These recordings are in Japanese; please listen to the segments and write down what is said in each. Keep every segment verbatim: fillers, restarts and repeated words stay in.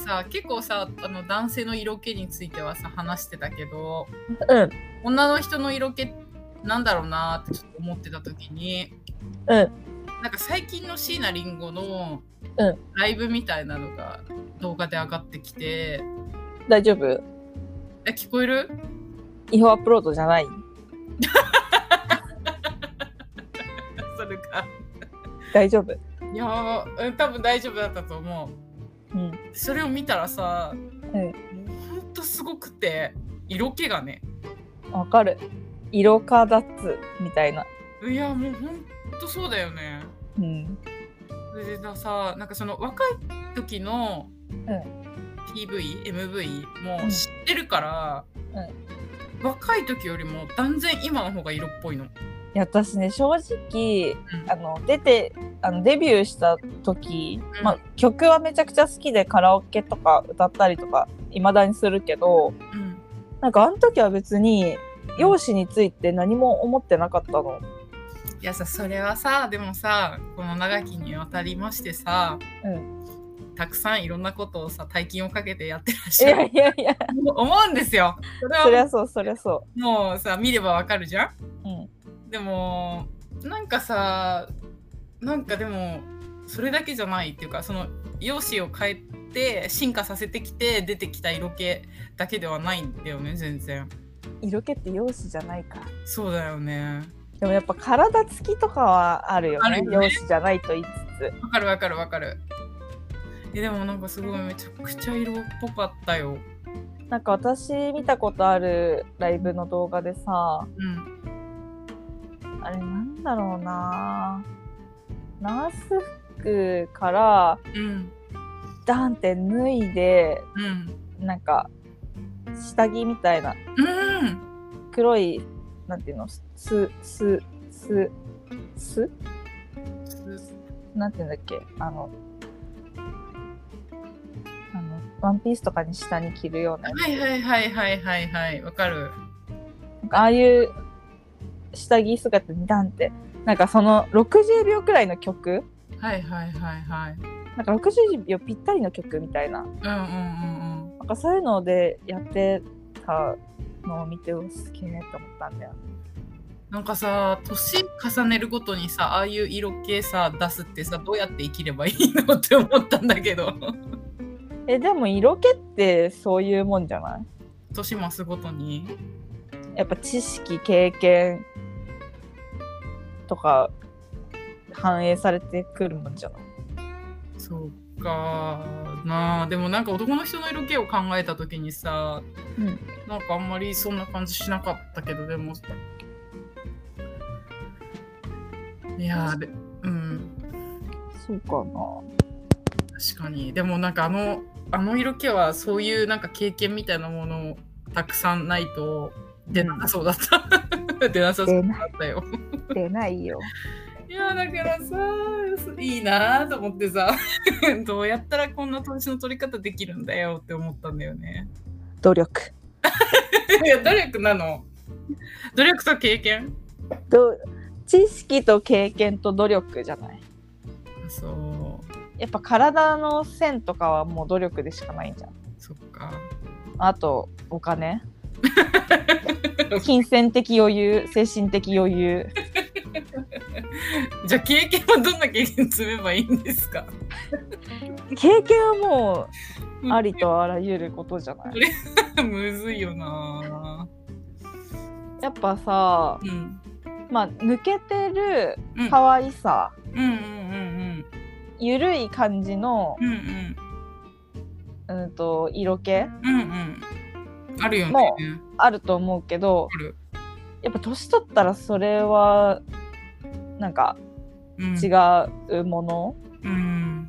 さ結構さあの男性の色気についてはさ話してたけど、 うん、 女の人の色気なんだろうなってちょっと思ってた時に、 うん、 なんか最近の椎名林檎のうんライブみたいなのが動画で上がってきて、 大丈夫？ え聞こえる？ 違法アップロードじゃない？ それか大丈夫？ いやー多分大丈夫だったと思うん、 う。それを見たらさ、 うん、 もうほんとすごくて色気がね、 わかる。色化立つみたいな。 いやもうほんとそうだよね。 うん、 それでさなんかその若い時のうん、 ピーブイ、エムブイ も知ってるから、 うん、 若い時よりも断然今の方が色っぽいの。 いや私ね正直、 うん、 あの出てあのデビューした時、 うんまあ、曲はめちゃくちゃ好きでカラオケとか歌ったりとか未だにするけど、 うん、 なんかあの時は別に容姿について何も思ってなかったの。 いやさそれはさでもさこの長きにわたりましてさ、 うん、 たくさんいろんなことをさ大金をかけてやってらっしゃるいやいやいや思うんですよ。それはそりゃそうそりゃそもうさ見ればわかるじゃん。 う。うんでもなんかさなんかでもそれだけじゃないっていうかその容姿を変えて進化させてきて出てきた色気だけではないんだよね全然。 色気って容姿じゃないか。 そうだよね。 でもやっぱ体つきとかはあるよね。 あるよね容姿じゃないと言いつつ。 わかるわかるわかる。えでもなんかすごいめちゃくちゃ色っぽかったよ。 なんか私見たことあるライブの動画でさ、 うんあれなんだろうな、ナース服からうんダンって脱いで、 うんなんか下着みたいなうん黒いなんていうの、すすすすすなんていうんだっけ、あのあのワンピースとかに下に着るようなやつ、 はいはいはいはいはいはいわかる。 なんかああいう下着姿にダンって、なんかそのろくじゅうびょうくらいの曲、 はいはいはいはいなんかろくじゅうびょうぴったりの曲みたいな、 うんうんうんうんなんかそういうのでやってたのを見てすげえと思ったんだよ。 なんかさ年重ねるごとにさああいう色気さ出すってさどうやって生きればいいのって思ったんだけどえでも色気ってそういうもんじゃない？ 年増すごとにやっぱ知識経験とか反映されてくるもんじゃない？ そうかなあ。でもなんか男の人の色気を考えた時にさ、 うん、 なんかあんまりそんな感じしなかったけど、でもいやでうんそうかな。 確かに。でもなんかあのあの色気はそういうなんか経験みたいなものをたくさんないと出なさそうだった、うん、出なさそうだったよ。 出ないよ。 いやだからさいいなと思ってさどうやったらこんな年の取り方できるんだよって思ったんだよね。 努力いや努力なの？努力と経験？ ど知識と経験と努力じゃない？ そうやっぱ体の線とかはもう努力でしかないんじゃん。 そっか。 あとお金金銭的余裕、精神的余裕じゃあ経験はどんな経験積めばいいんですか？ 経験はもうありとあらゆることじゃない？ むずいよな。 やっぱさ、 うん、 まあ抜けてるうん、 可愛さ、 うんうんうんゆるい感じの、 うんうんうん、と色気うんうんあるよね。 もあると思うけど、 ある。 やっぱ年取ったらそれはなんか違うもの、 うん、うん、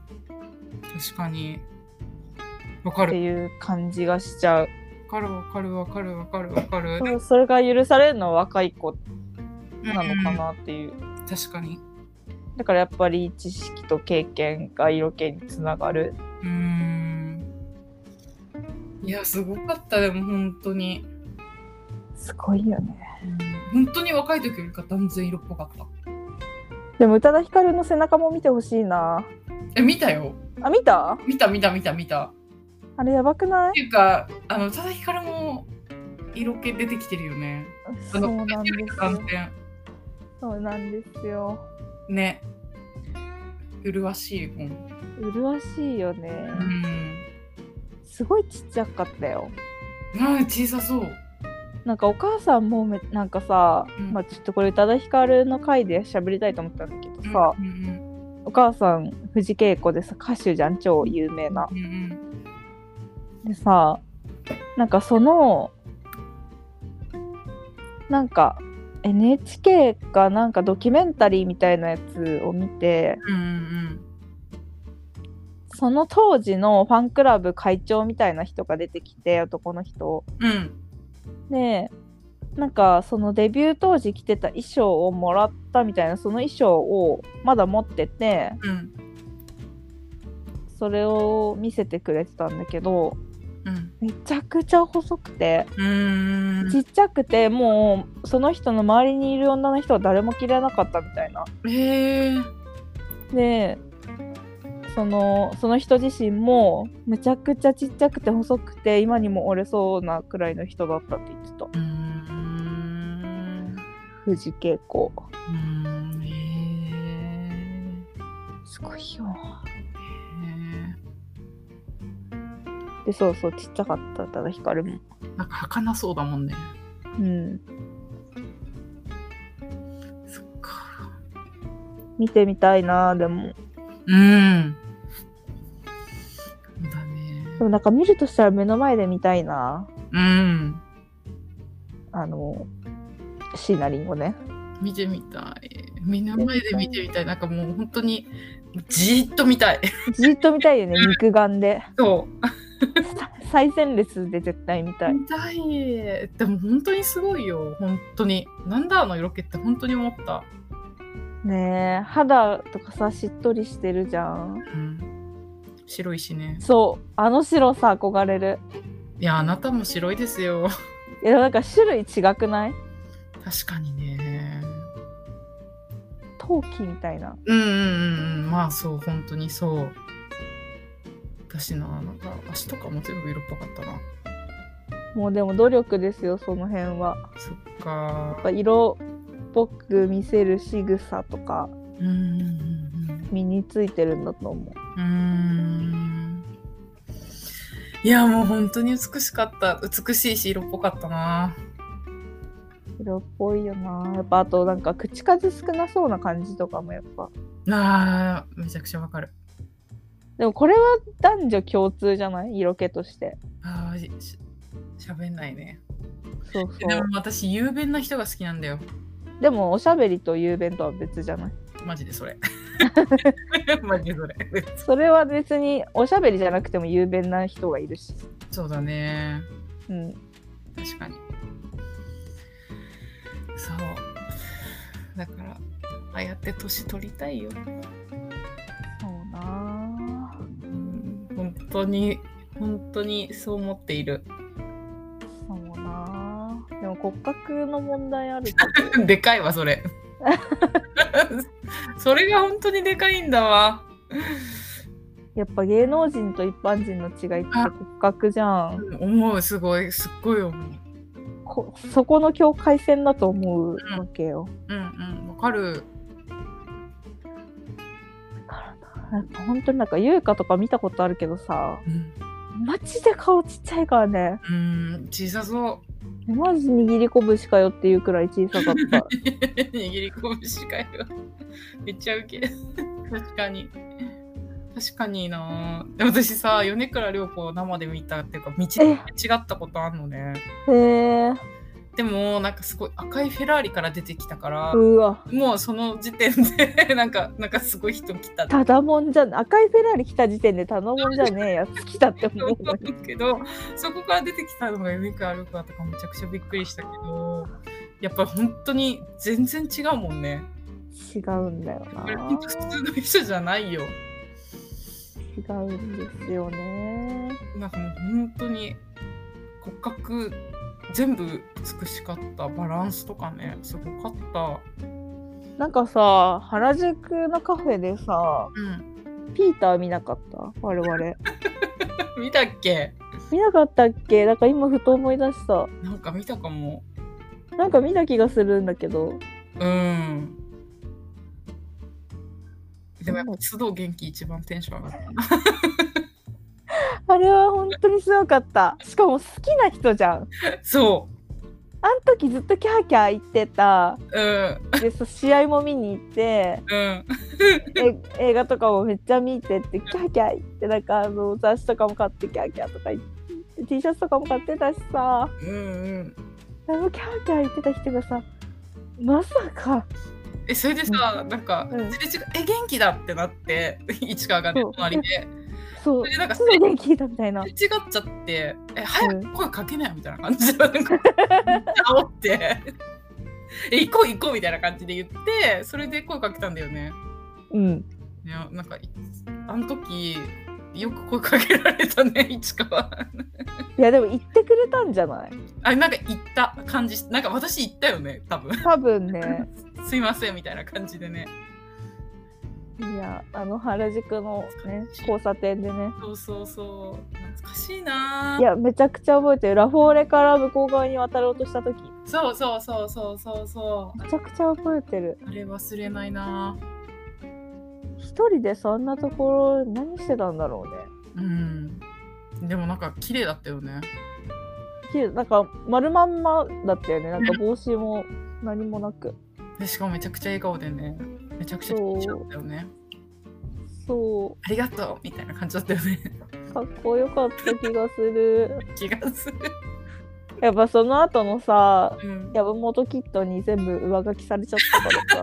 確かにわかるっていう感じがしちゃう。 わかるわかるわかるわかるわかる。 それが許されるのは若い子なのかなっていう、 うん、確かに。 だからやっぱり知識と経験が色気につながる。 うーんいやすごかったでも本当にすごいよね、 うん、本当に若い時よりか断然色っぽかった。 でも宇多田ヒカルの背中も見てほしいな。 え見たよ。 あ見た？ 見た見た見た見た。 あれやばくない？ っていうか、あの宇多田ヒカルも色気出てきてるよね。 そうなんですよ。 観点そうなんですよ。 ね。麗しいもん。 麗しいよね。 うん。 すごいちっちゃかったよ。 なん小さそう。 なんかお母さんもめなんかさ、うん、まあちょっとこれ宇多田ヒカルの回で喋りたいと思ったんだけどさ、うんうんうん、お母さん藤圭子でさ歌手じゃん、超有名な。うんうん、でさ、なんかそのなんか エヌエイチケー かなんかドキュメンタリーみたいなやつを見て、うんうん、その当時のファンクラブ会長みたいな人が出てきて、男の人、うん、でなんかそのデビュー当時着てた衣装をもらったみたいな、その衣装をまだ持ってて、うん、それを見せてくれてたんだけど、うん、めちゃくちゃ細くて、うーん、ちっちゃくて、もうその人の周りにいる女の人は誰も着れなかったみたいな。へー。でその、その人自身もめちゃくちゃちっちゃくて細くて今にも折れそうなくらいの人だったって言ってた。うーん、藤圭子。うーん、へー、すごいよ。でそうそう、ちっちゃかった宇多田ヒカルも。 なんか儚そうだもんね。うん。そっか。 見てみたいな、でも。 うん。そうだね。 でもなんか見るとしたら目の前で見たいな。うん。あの椎名林檎ね。 見てみたい。目の前で見てみたい。なんかもう本当にじーっと見たい。 じーっと見たいよね、肉眼で。 そう。 最前列で絶対見たい。 見たい。でも本当にすごいよ、本当に。なんだあの色気って本当に思った。 ねえ、肌とかさしっとりしてるじゃん。うん、 白いしね。 そう、あの白さ憧れる。 いや、あなたも白いですよ。 いや、なんか種類違くない？ 確かにね。 陶器みたいな。 うんうんうん、まあそう、本当にそう。私な、なんか足とかも全部色っぽかったな。 もうでも努力ですよ、その辺は。 そっか。 やっぱ色っぽく見せる仕草とか、うんうんうん、身についてるんだと思う。うーん、 いや、もう本当に美しかった。美しいし色っぽかったな。 色っぽいよな。やっぱあとなんか口数少なそうな感じとかもやっぱ。 あー、めちゃくちゃわかる。 でもこれは男女共通じゃない？色気として。 ああ、しゃべんないね。 そうそう。 でも私雄弁な人が好きなんだよ。 でもおしゃべりと雄弁とは別じゃない？ マジでそれ。マジでそれ。 それは別におしゃべりじゃなくても雄弁な人がいるし。 そうだね。 うん。 確かに。そう。だからああやって年取りたいよ。そうな。 本当に本当にそう思っている。 そうな。でも骨格の問題あるけど。でかいわそれ。それが本当にでかいんだわ。 やっぱ芸能人と一般人の違いって骨格じゃん。 思う、すごいすっごい思う。 こそこの境界線だと思うわけよ。 うんうん、わかる。 なんか本当になんか優香とか見たことあるけどさ、うん、マジで顔ちっちゃいからね。 うん、小さそう。 マジ握り拳かよっていうくらい小さかった。 握り拳かよ。めっちゃウケ。確かに。確かにな。私さ、米倉涼子を生で見たっていうか、道で違ったことあるのね。へえ。でもなんかすごい赤いフェラーリから出てきたから、うわ、もうその時点でなんかなんかすごい人来た。 ただもんじゃ赤いフェラーリ来た時点でただもんじゃねえやつ来たって思うけど、そこから出てきたのが米倉涼子だとかめちゃくちゃびっくりしたけど、やっぱり本当に全然違うもんね。 違うんだよな。 これ本当普通の人じゃないよ。 違うんですよね。 なんかもう本当に骨格全部美しかった。バランスとかね、すごかった。 なんかさ、原宿のカフェでさ、うん、ピーター見なかった？我々。 見たっけ？ 見なかったっけ？なんか今ふと思い出した。 なんか見たかも。 なんか見た気がするんだけど。 うん。でもやっぱ須藤元気一番テンション上がった。 あれは本当にすごかった。しかも好きな人じゃん。 そう。 あん時ずっとキャーキャー言ってた。 うん。 で、そう試合も見に行って、 うん、 え映画とかもめっちゃ見てってキャーキャー言ってなんかあの雑誌とかも買ってキャーキャーとか言って T シャツとかも買ってたしさ、 うんうん、 あのキャーキャー言ってた人がさ、まさかえそれでさ、うん、なんか、うん、すれ違え元気だってなって市川がね隣で。 そう、それでなんかすぐ元気だみたいな。 違っちゃって、え早く声かけなよみたいな感じで、なんか煽って、え行こう行こうみたいな感じで言って、それで声かけたんだよね。 うん。 いやなんかあの時よく声かけられたね市川。 いやでも言ってくれたんじゃない？ あなんか言った感じ、なんか私言ったよね多分。 多分ね。 すいませんみたいな感じでね。 いやあの原宿のね交差点でね。 そうそうそう懐かしいな。 いやめちゃくちゃ覚えてる。ラフォーレから向こう側に渡ろうとした時。 そうそうそうそうそうそう。 めちゃくちゃ覚えてる。 あれ忘れないな。 一人でそんなところ何してたんだろうね。うん。でもなんか綺麗だったよね。 綺麗なんか丸まんまだったよね。なんか帽子も何もなく。 でしかもめちゃくちゃ笑顔でね。めちゃくちゃ緊張だったよね。 そう。 ありがとうみたいな感じだったよね。 かっこよかった気がする。 気がする。 やっぱその後のさ、 うん、 山本キッドに全部上書きされちゃったからさ。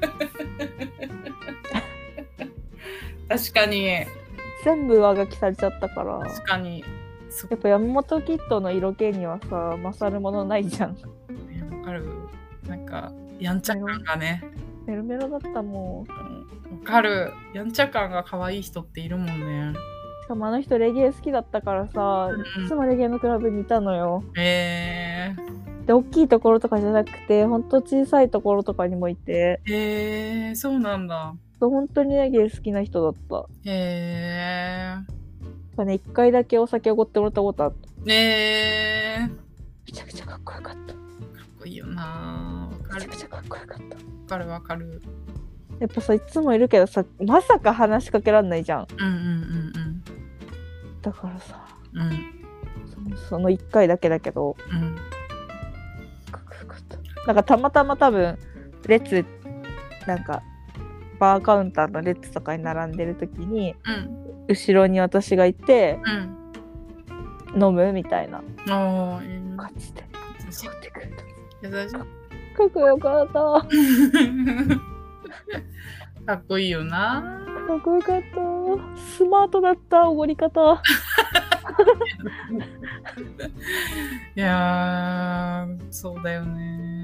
確かに。 全部上書きされちゃったから。 確かに。 やっぱ山本キッドの色気にはさ勝るものないじゃん。わかる。なんかやんちゃ感がね。 メロメロだったもん。わかる。やんちゃ感が可愛い人っているもんね。 しかもあの人レゲエ好きだったからさ、うん、いつもレゲエのクラブにいたのよ。 へえー。で大きいところとかじゃなくてほんと小さいところとかにもいて。 へえー、そうなんだ。 本当にレゲエ好きな人だった。 へえ。 ね、一回だけお酒おごってもらったことあった。 ねえ。 めちゃくちゃかっこよかった。かっこいいよな。 めちゃくちゃかっこよかった。 わかるわかる。 やっぱさいつもいるけどさまさか話しかけらんないじゃん。 うんうんうんうん。 だからさ、 うん、 そのその一回だけだけど、 うん、 かっこよかった。なんかたまたま多分列なんかバーカウンターの列とかに並んでる時に、 うん、 後ろに私がいて、 うん、 飲むみたいな感じで優ってくれた。 優しい。 かっこよかった。 かっこいいよな。 かっこよかった。スマートだったおごり方。 いやーそうだよね。